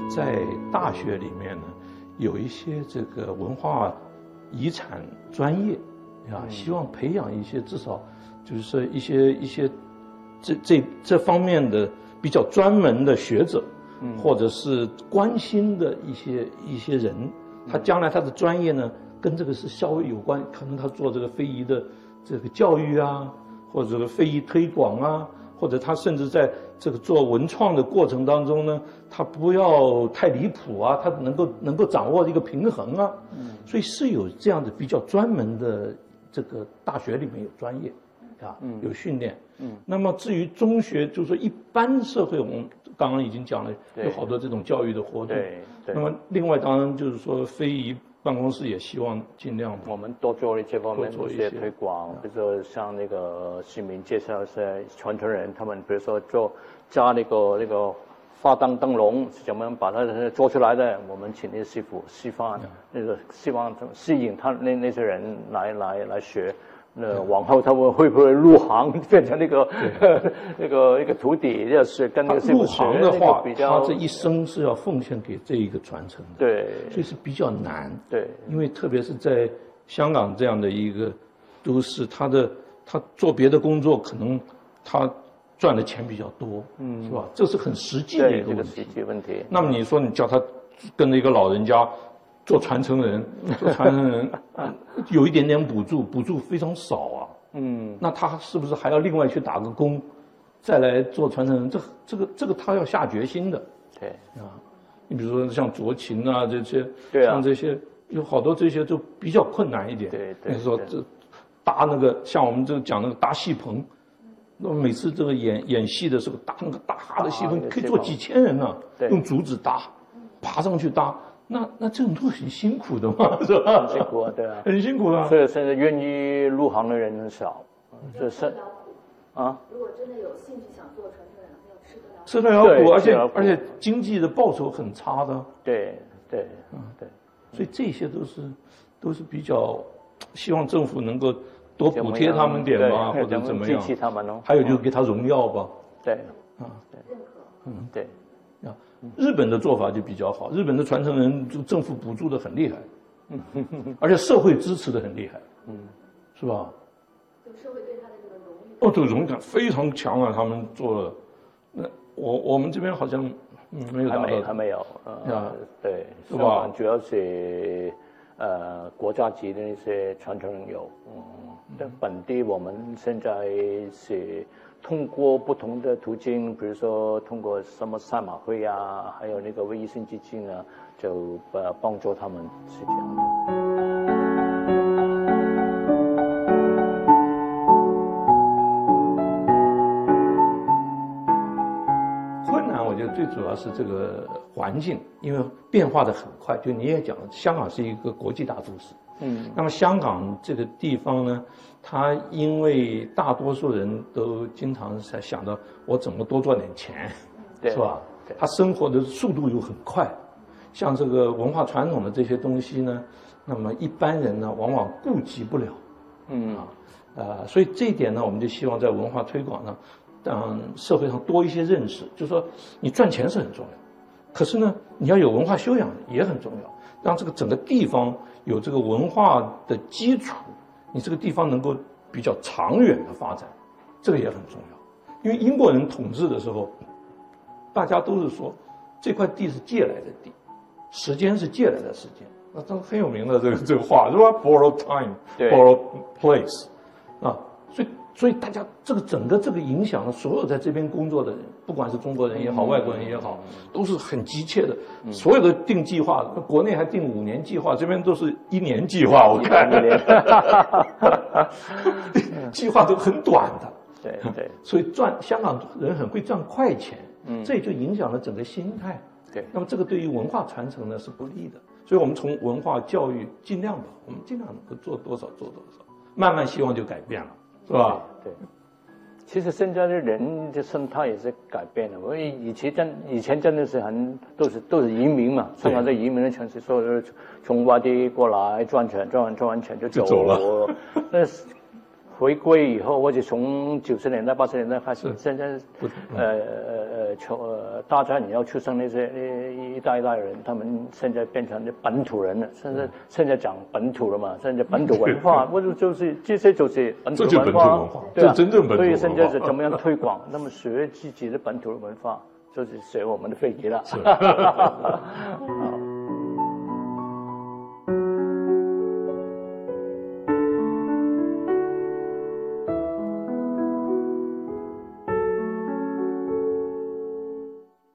在大学里面呢，有一些这个文化遗产专业希望培养一些至少就是说一些这方面的比较专门的学者，或者是关心的一些人，他将来他的专业呢跟这个是稍微有关，可能他做这个非遗的这个教育啊，或者这个非遗推广啊，或者他甚至在这个做文创的过程当中呢，他不要太离谱啊，他能够掌握一个平衡啊，所以是有这样的比较专门的这个大学里面有专业有训练。那么至于中学，就是说一般社会，我们刚刚已经讲了，有好多这种教育的活动。 对。 那么另外当然就是说非遗办公室也希望尽量我们多做这方面的一些推广，比如说像那个市民介绍一些传承人，他们比如说加那个花灯灯笼是怎么样把它做出来的，我们请那些师傅示范，那个希望吸引他那些人来学。往后他们会不会入行变成那个一个徒弟，要是跟那个师傅学入行的话， 他这一生是要奉献给这一个传承的， 对， 所以是比较难， 对， 因为特别是在香港这样的一个都市，他做别的工作可能他赚的钱比较多，是吧？这是很实际的一个问题。 这个实际问题。 那么你说你叫他跟着一个老人家做传承人，有一点点补助非常少啊。那他是不是还要另外去打个工，再来做传承人？这个他要下决心的。 对你比如说像卓琴啊这些， 对啊， 像这些有好多这些就比较困难一点。 对。 你说这搭那个像我们这讲那个搭戏棚，那么每次这个演戏的时候搭那个大的戏棚，可以坐几千人啊，用竹子搭，爬上去搭。那这种都很辛苦的嘛，是吧？ 很辛苦啊，对啊， 很辛苦啊。 所以现在愿意入行的人很少，这是啊。 如果真的有兴趣想做传承人，要吃得了苦，而且经济的报酬很差的。 对。 所以这些都是比较希望政府能够多补贴他们点吧，或者怎么样。 激起他们哦。 还有就给他荣耀吧。 对。 认可。 对。 日本的做法就比较好，日本的传承人就政府补助的很厉害，而且社会支持的很厉害，是吧？ 就社会对他的这个荣誉。 这个荣誉感非常强啊！他们做了，那我们这边好像没有达到， 还没有对， 是吧？ 主要是国家级的那些传承人有，但本地我们现在是通过不同的途径，比如说通过什么赛马会啊，还有那个卫医生基金啊，就帮助他们是这样的。 困难我觉得最主要是这个环境，因为变化的很快。就你也讲了，香港是一个国际大都市。那么香港这个地方呢，它因为大多数人都经常在想到我怎么多赚点钱，是吧？他生活的速度又很快，像这个文化传统的这些东西呢，那么一般人呢往往顾及不了，所以这一点呢，我们就希望在文化推广呢，让社会上多一些认识，就是说你赚钱是很重要，可是呢，你要有文化修养也很重要，让这个整个地方有这个文化的基础，你这个地方能够比较长远的发展，这个也很重要。因为英国人统治的时候，大家都是说这块地是借来的地，时间是借来的时间，那这很有名的这个话是吧 ？Borrowed time, borrowed place， 所以大家这个整个这个影响了所有在这边工作的人，不管是中国人也好，外国人也好，都是很急切的。所有的定计划，国内还定5年计划，这边都是1年计划。我看，计划都很短的。 对。 所以香港人很会赚快钱，这也就影响了整个心态。 对。 那么这个对于文化传承呢是不利的，所以我们从文化教育尽量吧，我们尽量能够做多少做多少，慢慢希望就改变了。是吧？ 对，其实现在的人的生态也是改变了。我以前真的是都是移民嘛，香港在移民的城市，所有从外地过来赚完钱就走了。那回归以后，或者从90年代、80年代开始，现在大家你要出生那些一代一代人，他们现在变成本土人了。现在讲本土了嘛，现在本土文化，或者就是这些就是本土文化， 对啊，真正本土文化。 所以现在是怎么样推广？那么学自己的本土文化，就是学我们的飞机了。